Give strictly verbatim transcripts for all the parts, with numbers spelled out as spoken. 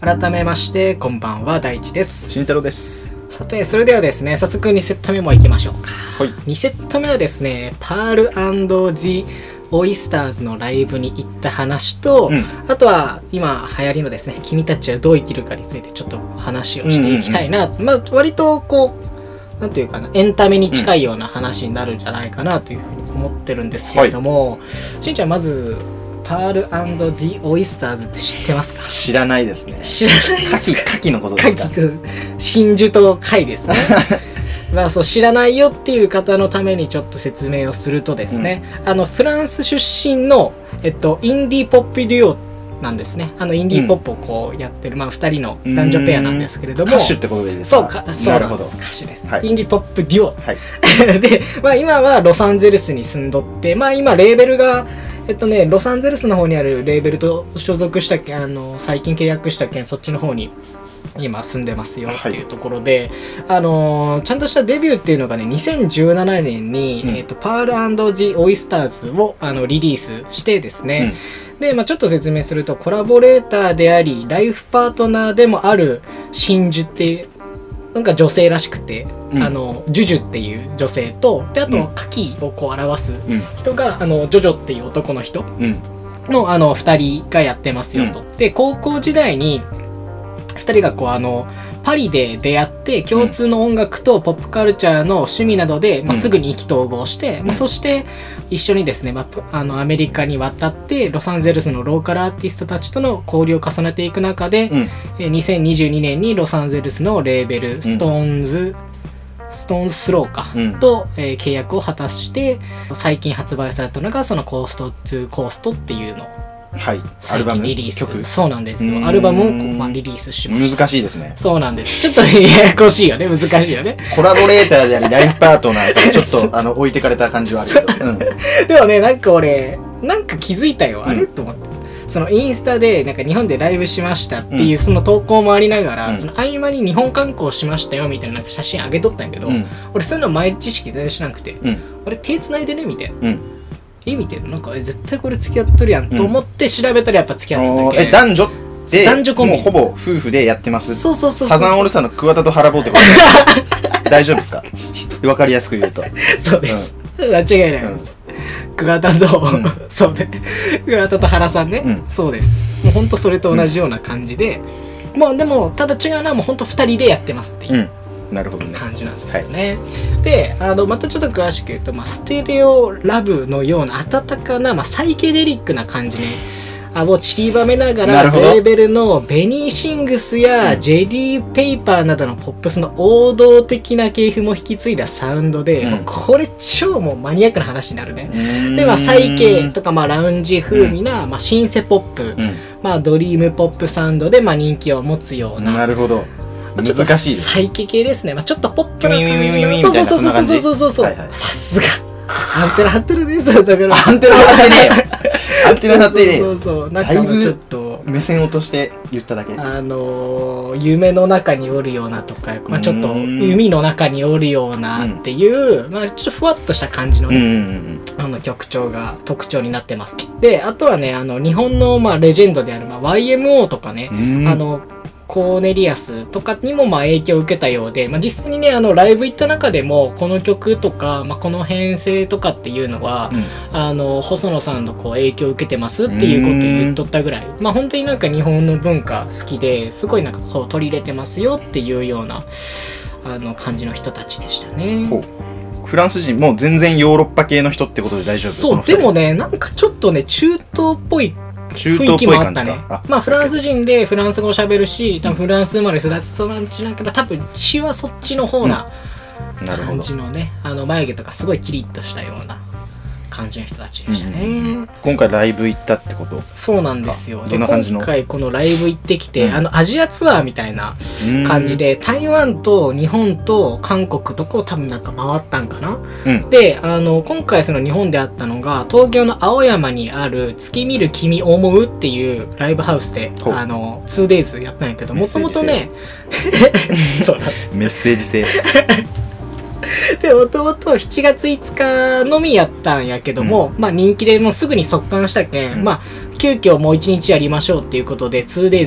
改めましてこんばんは、大地です。 慎太郎です。 さて、それではですね、早速にセット目もいきましょうか。 はい、 にセット目はですね、パール&ジ・オイスターズのライブに行った話と、うん、あとは今流行りのですね、君たちはどう生きるかについてちょっと話をしていきたいな、うんうんうん、まあ割とこうなんていうかな、エンタメに近いような話になるんじゃないかなというふうに思ってるんですけれども、はい、しんちゃんまずパール&ジ・オイスターズって知ってますか？ 知らないですね。 知らないですか？ 牡蠣のことですか？ 牡蠣、真珠と貝ですね。まあそう知らないよっていう方のためにちょっと説明をするとですね、うん、あのフランス出身の、えっと、インディーポップデュオなんですね。あのインディーポップをこうやってる、うん、まあふたりの男女ペアなんですけれども、 歌手ってことでいいですか？ そうか、そうなんです。歌手です、はい、インディーポップデュオ、 はい、 で、まあ、今はロサンゼルスに住んどって、まあ今レーベルがえっとねロサンゼルスの方にあるレーベルと所属したけあの最近契約したけんそっちの方に今住んでますよっていうところで、はい、あのー、ちゃんとしたデビューっていうのがねにせんじゅうななねんに、うん、えーと、パール&ジ・オイスターズをあのリリースしてですね、うん、で、まあ、ちょっと説明するとコラボレーターでありライフパートナーでもある真珠っていうなんか女性らしくて、うん、あのジュジュっていう女性とであと牡蠣をこう表す人が、うん、あのジョジョっていう男の人の、あのふたりがやってますよと、うん、で高校時代にふたりがこうあのパリで出会って共通の音楽とポップカルチャーの趣味などで、うん、まあ、すぐに意気投合して、うん、まあ、そして一緒にですね、まあ、あのアメリカに渡ってロサンゼルスのローカルアーティストたちとの交流を重ねていく中で、うん、えにせんにじゅうにねんにロサンゼルスのレーベル、うん、ストーンズストーンズスローか、うん、と、えー、契約を果たして最近発売されたのがそのコーストトゥコーストっていうのはい、アルバムリリース曲そうなんですよ。アルバムをこう、まあ、リリースしました。 難しいですね。 そうなんです。ちょっとややこしいよね、難しいよね。 コラボレーターでありライフパートナーとちょっとあの置いてかれた感じはあるけど、うん、 でもねなんか俺なんか気づいたよ、あれ、うん、と思ってそのインスタでなんか日本でライブしましたっていうその投稿もありながら、うん、その合間に日本観光しましたよみたいな、 なんか写真あげとったんやけど、うん、俺そういうの前知識全然知らなくて、うん、あれ手繋いでねみたいな、うん、えみたいな、なんか絶対これ付き合っとるやんと思って調べたらやっぱ付き合ってたけ、 うん、え男女で男女コンビもうほぼ夫婦でやってます。 そうそうそうそう、 サザンオールスターの桑田と原坊ってこと大丈夫ですか？分かりやすく言うとそうです、うん、間違いないです、うん、桑田と、うん、そうね桑田と原さんね、うん、そうです。もうほんとそれと同じような感じで、うん、もうでもただ違うのはもうほんとふたりでやってますっていう、うん、なるほどね、感じなんですよね、はい、であのまたちょっと詳しく言うと、まあ、ステレオラブのような温かな、まあ、サイケデリックな感じねあを散りばめながらレーベルのベニーシングスやジェリーペイパーなどのポップスの王道的な系譜も引き継いだサウンドで、うん、これ超もうマニアックな話になるね。で、まあ、サイケとか、まあ、ラウンジ風味な、うん、まあ、シンセポップ、うん、まあ、ドリームポップサウンドで、まあ、人気を持つような。 なるほど。 ちょっと難しいサイケ系ですね。まあ、ちょっとポップな感じの。 そうそうそうそうそうそうそう。さすが。アンテナ張ってるね。だからアンテナ張ってねえよ。アンテナ張ってねえよ。 そうそうそう。なんかちょっと目線落として言っただけ。 あのー、夢の中におるようなとか、まあ、ちょっと海の中におるようなっていう、うん、まあちょっとふわっとした感じのね、うんうんうん、あの曲調が特徴になってます。で、あとはね、あの日本のまあレジェンドであるまあ ワイエムオー とかね、あのコーネリアスとかにもまあ影響を受けたようで、まあ、実際にねあのライブ行った中でもこの曲とか、まあ、この編成とかっていうのは、うん、あの細野さんのこう影響を受けてますっていうことを言っとったぐらい、まあ本当になんか日本の文化好きですごいなんかこう取り入れてますよっていうようなあの感じの人たちでしたね。 ほう、フランス人もう全然ヨーロッパ系の人ってことで大丈夫？ そうでもねなんかちょっとね中東っぽい雰囲気もあったね。あまあフランス人でフランス語を喋るし、多分フランス生まれ育ち育ちだけど多分血はそっちの方な感じのね、あの眉毛とかすごいキリッとしたような感じの人たちでしたね、うん、 今回ライブ行ったってこと？ そうなんですよ。 どんな感じの？ 今回このライブ行ってきて、うん、あのアジアツアーみたいな感じで台湾と日本と韓国とこを多分なんか回ったんかな、うん、であの今回その日本であったのが東京の青山にある月見る君思うっていうライブハウスであの ツーデイズ やったんやけど、もともとねそうなんですメッセージ性でもともとしちがついつかのみやったんやけども、うん、まあ人気でもうすぐに速乾したけん、うん、まあ急遽もういちにちやりましょうっていうことで ツーデイズ に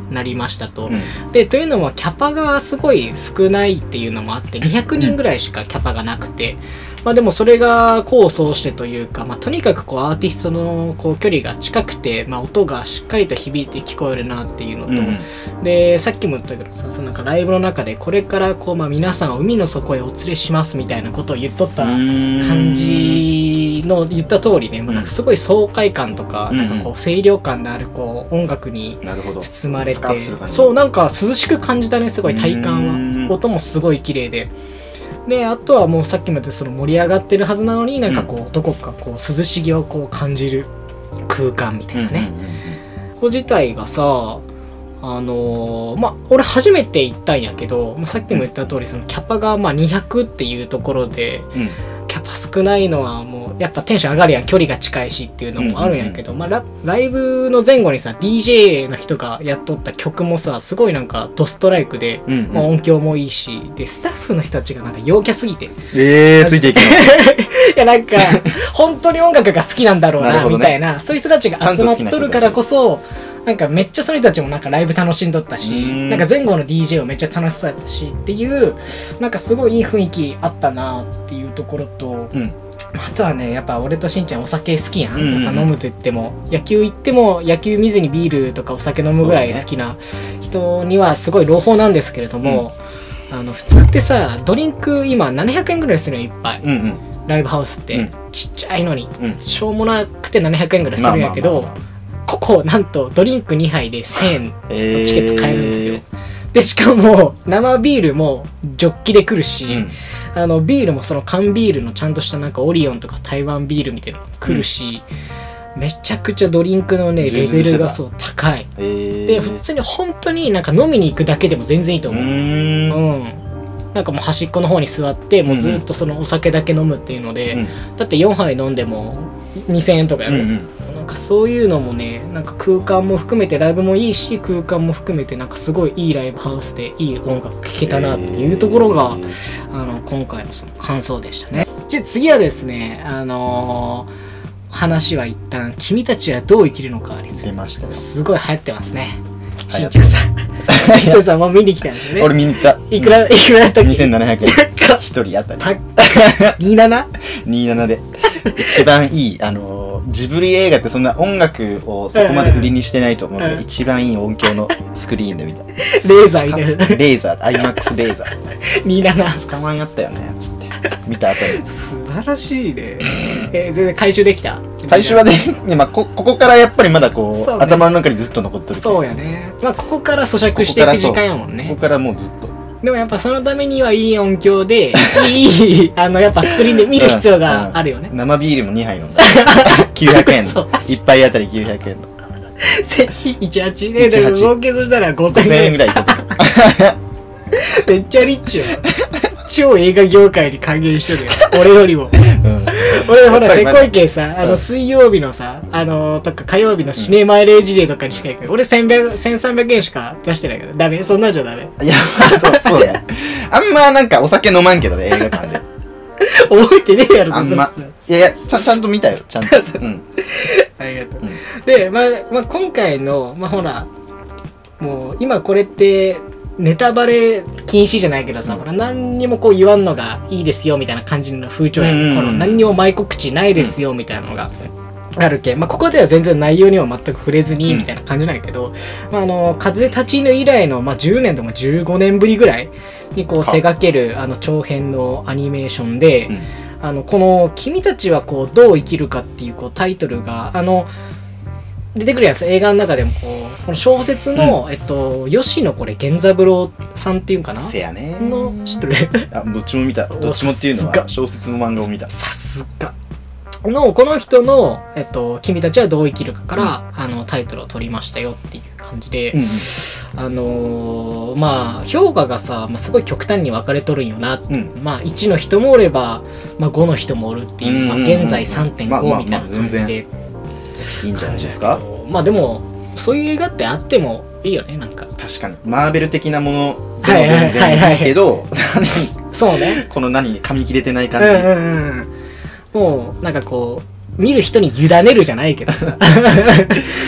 なりましたと。 うんで、というのもキャパがすごい少ないっていうのもあって、にひゃくにんぐらいしかキャパがなくて、まあでもそれが功を奏してというか、まあとにかくこうアーティストのこう距離が近くて、まあ音がしっかりと響いて聞こえるなっていうのと、 うんで、さっきも言ったけどさ、そのなんかライブの中でこれからこうまあ皆さんを海の底へお連れしますみたいなことを言っとった感じの言った通りね、まあなんかすごい爽快感とか、 うんなんかこう清涼感のあるこう音楽になるほど。 包まれスカーて、 トする感じそうなんか涼しく感じたね、すごい体感うんは。音もすごい綺麗で。で、あとはもうさっきも言ったその盛り上がってるはずなのになんかこう、どこかこう涼しげをこう感じる空間みたいなね。 うんうんうんうんここ自体がさ、あのーまあ俺初めて行ったんやけど、まあ、さっきも言った通りそのキャパがまあにひゃくっていうところで、 うんキャパ少ないのはもうやっぱテンション上がるやん、距離が近いしっていうのもあるんやけど、まあラライブの前後にさ ディージェー の人がやっとった曲もさすごいなんかドストライクで、 うんうんまあ、音響もいいしでスタッフの人たちがなんか陽キャすぎていえー、ついていくの。 やなんか本当に音楽が好きなんだろうななるほどねみたいな、そういう人たちが集まっとるからこそなんかめっちゃその人たちもなんかライブ楽しんどったし、 うんなんか前後の ディージェー もめっちゃ楽しそうやったしっていうなんかすごいいい雰囲気あったなっていうところと、 うんあとはねやっぱ俺としんちゃんお酒好きやん、 うんうんうんやっぱ飲むと言っても野球行っても野球見ずにビールとかお酒飲むぐらい好きな人にはすごい朗報なんですけれども、あの普通ってさドリンク今ななひゃくえんぐらいするよいっぱい、 うんうんライブハウスって、 うんちっちゃいのに、 うんしょうもなくてななひゃくえんぐらいするんやけど、 まあまあまあまここなんとドリンクにはいでせんえんえーのチケット買えるんですよ、でしかも生ビールもジョッキで来るし、 うんあのビールもその缶ビールのちゃんとしたなんかオリオンとか台湾ビールみたいなの来るし、めちゃくちゃドリンクのねレベルがそう高いえー、 で普通に本当になんか飲みに行くだけでも全然いいとう思う、 ーんうん、なんかもう端っこの方に座ってもうずっとそのお酒だけ飲むっていうので、 うんだってよんはい飲んでもにせんえんとかやる、 うんうんなんかそういうのもねなんか空間も含めてライブもいいし空間も含めてなんかすごいいいライブハウスでいい音楽聴けたなっていうところが、あの今回のその感想でしたね。じゃあ次はですねあのー、話は一旦君たちはどう生きるのかについて出ましたよ。 すごい流行ってますね。し流行ってんちゃんさんしんちゃんさんも見に来たんですよね。 俺見に行った。 いくらいくらだったっけにせんななひゃくえん。 なんか一人当たり。 にじゅうななにじゅうななで。一番いい、あのー、ジブリ映画ってそんな音楽をそこまで売りにしてないと思うので、 うん一番いい音響のスクリーンで見た。 レーザーみたいなレーザー、アイマックス レーザー。 にじゅうなな捕まんやったよね、つって。見た後に。 素晴らしいね。えー、全然回収できた回収はね、ねまあ、こ、ここからやっぱりまだこう、 そうね頭の中にずっと残ってるけどそうやね。まあここから咀嚼していく時間やもんこねこ。からもうずっと。 でもやっぱそのためにはいい音響で、いい、あのやっぱスクリーンで見る必要があるよね。 生ビールもにはい飲んだ。きゅうひゃくえんのそう。 一杯あたりきゅうひゃくえんの。 せんいちはちで、でも合計そしたらごせんごせんえんぐらいい。 いってめっちゃリッチよ。超映画業界に還元してるよ。俺よりも。 た。うん。 俺ほら、せやっぱりまだこいけさ、あの、 うん水曜日のさ、あのー、とか火曜日のシネマイレージデーとかにしか行くから、俺せんさんびゃくえんしか出してないから。ダメそんなんじゃダメいや、そう、そうだよ。あんまなんかお酒飲まんけどね、映画館で。 覚えてねえやろ、 あんまそな。 いやいや、ちゃん、ちゃんと見たよ、ちゃんと。うん。 ありがとう。 うんで、まあ、まあ、今回の、まあ、ほら、もう、今これって、ネタバレ禁止じゃないけどさ、 うんほら、何にもこう言わんのがいいですよ、みたいな感じの風潮やん。 うんうんうんこの、何にも前告知ないですよ、みたいなのが。あるけん、まあ、ここでは全然内容には全く触れずに、 うんみたいな感じなんやけど、まあ、あの、風立ちぬ以来の、まあ、じゅうねんとかじゅうごねんぶりぐらいにこうか手掛ける、あの、長編のアニメーションで、 うんあの、この、君たちはこう、どう生きるかっていう、こう、タイトルが、あの、出てくるやつ、映画の中でも、こう、この小説の、えっと、吉野これ、源三郎さんっていうんかなせやね。 の、知っとるあ、どっちも見た。どっちもっていうのさすがは小説も漫画も見た。 さすが。の、この人の、えっと、君たちはどう生きるかから、あの、タイトルを取りましたよっていう感じで、 うんうん。 あのーまあ、評価がさ、まあ、すごい極端に分かれとるんよなって、 うんまあ、いちの人もおれば、まあ、ごの人もおるっていう、まあ、 うんうんうんうん現在さんてんごまあまあみたいな感じまあで、 いいんじゃないですか。 まあでもそういう映画ってあってもいいよねなんか確かに。マーベル的なものでもはいはい全はいはい然いいけど、 そうねこの何、噛み切れてない感じ。 うんうんうんもうなんかこう見る人に委ねるじゃないけどさ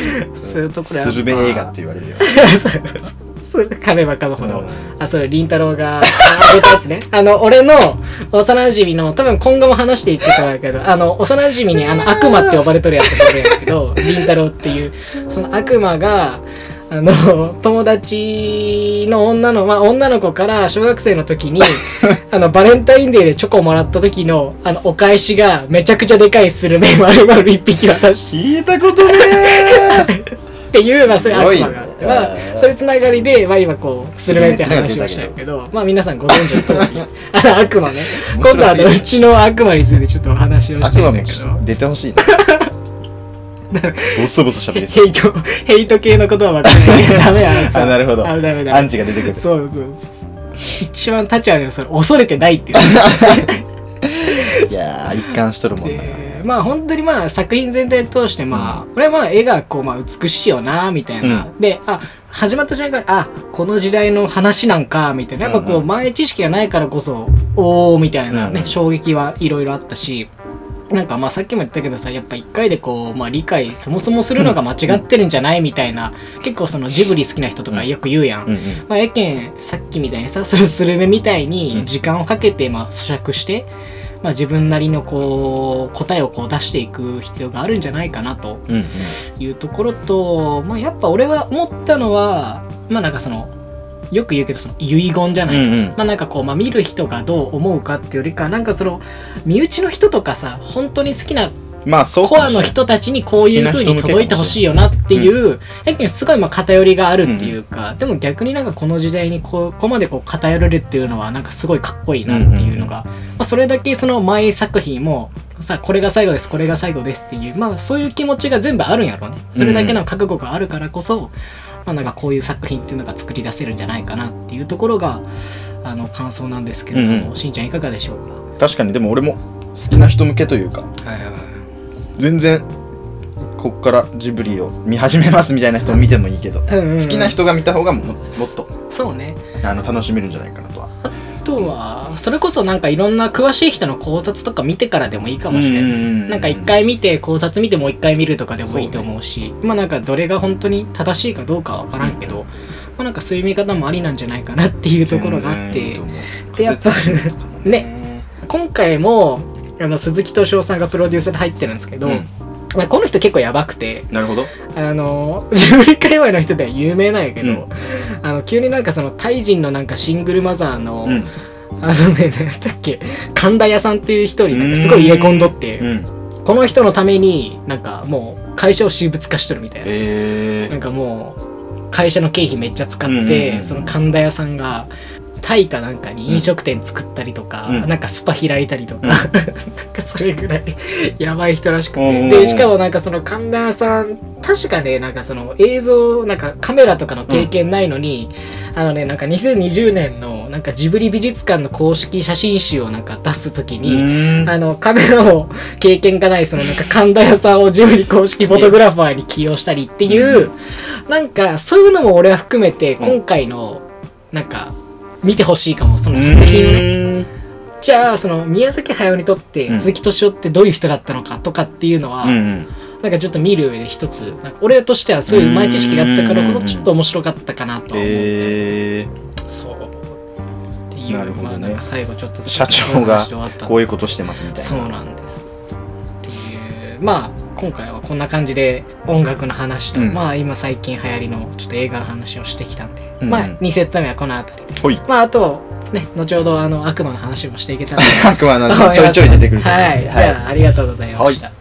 そういうところやっぱスルメ映画って言われるよ。 そう噛めば噛むほど、 うん、 あ、それりんたろーがあげたやつね。あの俺の幼馴染の、多分今後も話していくとあるけど、あの幼馴染にあの悪魔って呼ばれとるやつがおるんやけど、りんたろーっていうその悪魔があの友達の女の、まあ、女の子から小学生の時にあのバレンタインデーでチョコをもらった時のあのお返しがめちゃくちゃでかいスルメ丸々一匹渡して聞いたことねーっていう、まあ、そういう悪魔があって、まあ、それつながりで、まあ、今こうスルメって話をしたけど、まあ皆さんご存知の通りあの悪魔ね、今度はうちの悪魔についてちょっとお話をしてるんだけど、 出てほしいなボソボソ喋りヘイトヘイト系の言葉ばっかりダメやあ、なるほど、 あ、ダメだアンチが出てくる。 そうそうそう、一番立ち悪いのそれ恐れてないっていういやー一貫しとるもんな。 まあ本当にまあ作品全体通してまあ、うん、俺はまあ絵がこうまあ美しいよなみたいな、うん、で、あ、始まった瞬間にあ、この時代の話なんかみたいな、やっぱこう前知識がないからこそおーみたいなね、うん、衝撃はいろいろあったし、なんかまあさっきも言ったけどさ、やっぱ一回でこうまあ理解そもそもするのが間違ってるんじゃないみたいな、結構そのジブリ好きな人とかよく言うやん、うんうんうん、まあやけんさっきみたいにさ、そのスルメみたいに時間をかけてまあ咀嚼してまあ、自分なりのこう答えをこう出していく必要があるんじゃないかなというところと、まあ、やっぱ俺は思ったのは、まあなんかそのよく言うけどその遺言じゃないですか、うんうん、まあなんかこう、まあ、見る人がどう思うかっていうよりか、なんかその身内の人とかさ、本当に好きなまあそうコアの人たちにこういう風に届いてほしいよなっていう、やけんすごいまあ偏りがあるっていうか、うん、でも逆になんかこの時代にここまでこう偏れるっていうのはなんかすごいかっこいいなっていうのが、まあ、それだけその前作品もさ、これが最後ですこれが最後ですっていう、まあそういう気持ちが全部あるんやろうね。それだけの覚悟があるからこそ、まあなんかこういう作品っていうのが作り出せるんじゃないかなっていうところがあの感想なんですけれども、うんうん、しんちゃんいかがでしょうか。 確かにでも俺も好きな人向けというか、はいはいはい、全然こっからジブリを見始めますみたいな人を見てもいいけど、うんうんうん、好きな人が見た方が も, もっとそうね、 あの楽しめるんじゃないかなとは。 あとはそれこそなんかいろんな詳しい人の考察とか見てからでもいいかもしれない。なんか一回見て考察見てもう一回見るとかでもいいと思うし、うね、まあなんかどれが本当に正しいかどうかは分からんけど、うん、まあなんかそういう見方もありなんじゃないかなっていうところがあって、でやっぱね、今回もあの鈴木敏夫さんがプロデュースで入ってるんですけど、うん、まあ、この人結構やばくて、 なるほど、 あのジブリ界隈の人では有名なんやけど、うん、あの急になんかそのタイ人のなんかシングルマザーの、うん、あのね、なんだっけ、神田屋さんっていう人になんかすごい入れ込んどって、うん、この人のためになんかもう会社を私物化しとるみたいな、えー、なんかもう会社の経費めっちゃ使って、うんうんうん、その神田屋さんがタイかなんかに飲食店作ったりとか、うん、なんかスパ開いたりとか、うん、なんかそれぐらいやばい人らしくて、でしかもなんかその神田さん確かね、なんかその映像なんかカメラとかの経験ないのに、うん、あのね、なんかにせんにじゅうねんのなんかジブリ美術館の公式写真集をなんか出すときに、あのカメラを経験がないそのなんか神田屋さんをジブリ公式フォトグラファーに起用したりっていう、うん、なんかそういうのも俺は含めて今回のなんか見てほしいかも、その作品をね。じゃあその宮崎駿にとって鈴木敏夫ってどういう人だったのかとかっていうのは、うん、なんかちょっと見る上で一つなんか俺としてはそういう前知識があったからこそちょっと面白かったかなとは思う、えー、そうっていう、なるほどね、まあ、なんか最後ちょっと社長がこういうことしてますみたいな。 そうなんですっていう、まあ今回はこんな感じで音楽の話と、うん、まあ今最近流行りのちょっと映画の話をしてきたんで、うん、まあにセット目はこのあたりで、まああとね、後ほどあの悪魔の話もしていけたら悪魔の話ちょいちょい出てくると、 はい、はい、じゃあありがとうございました。はい。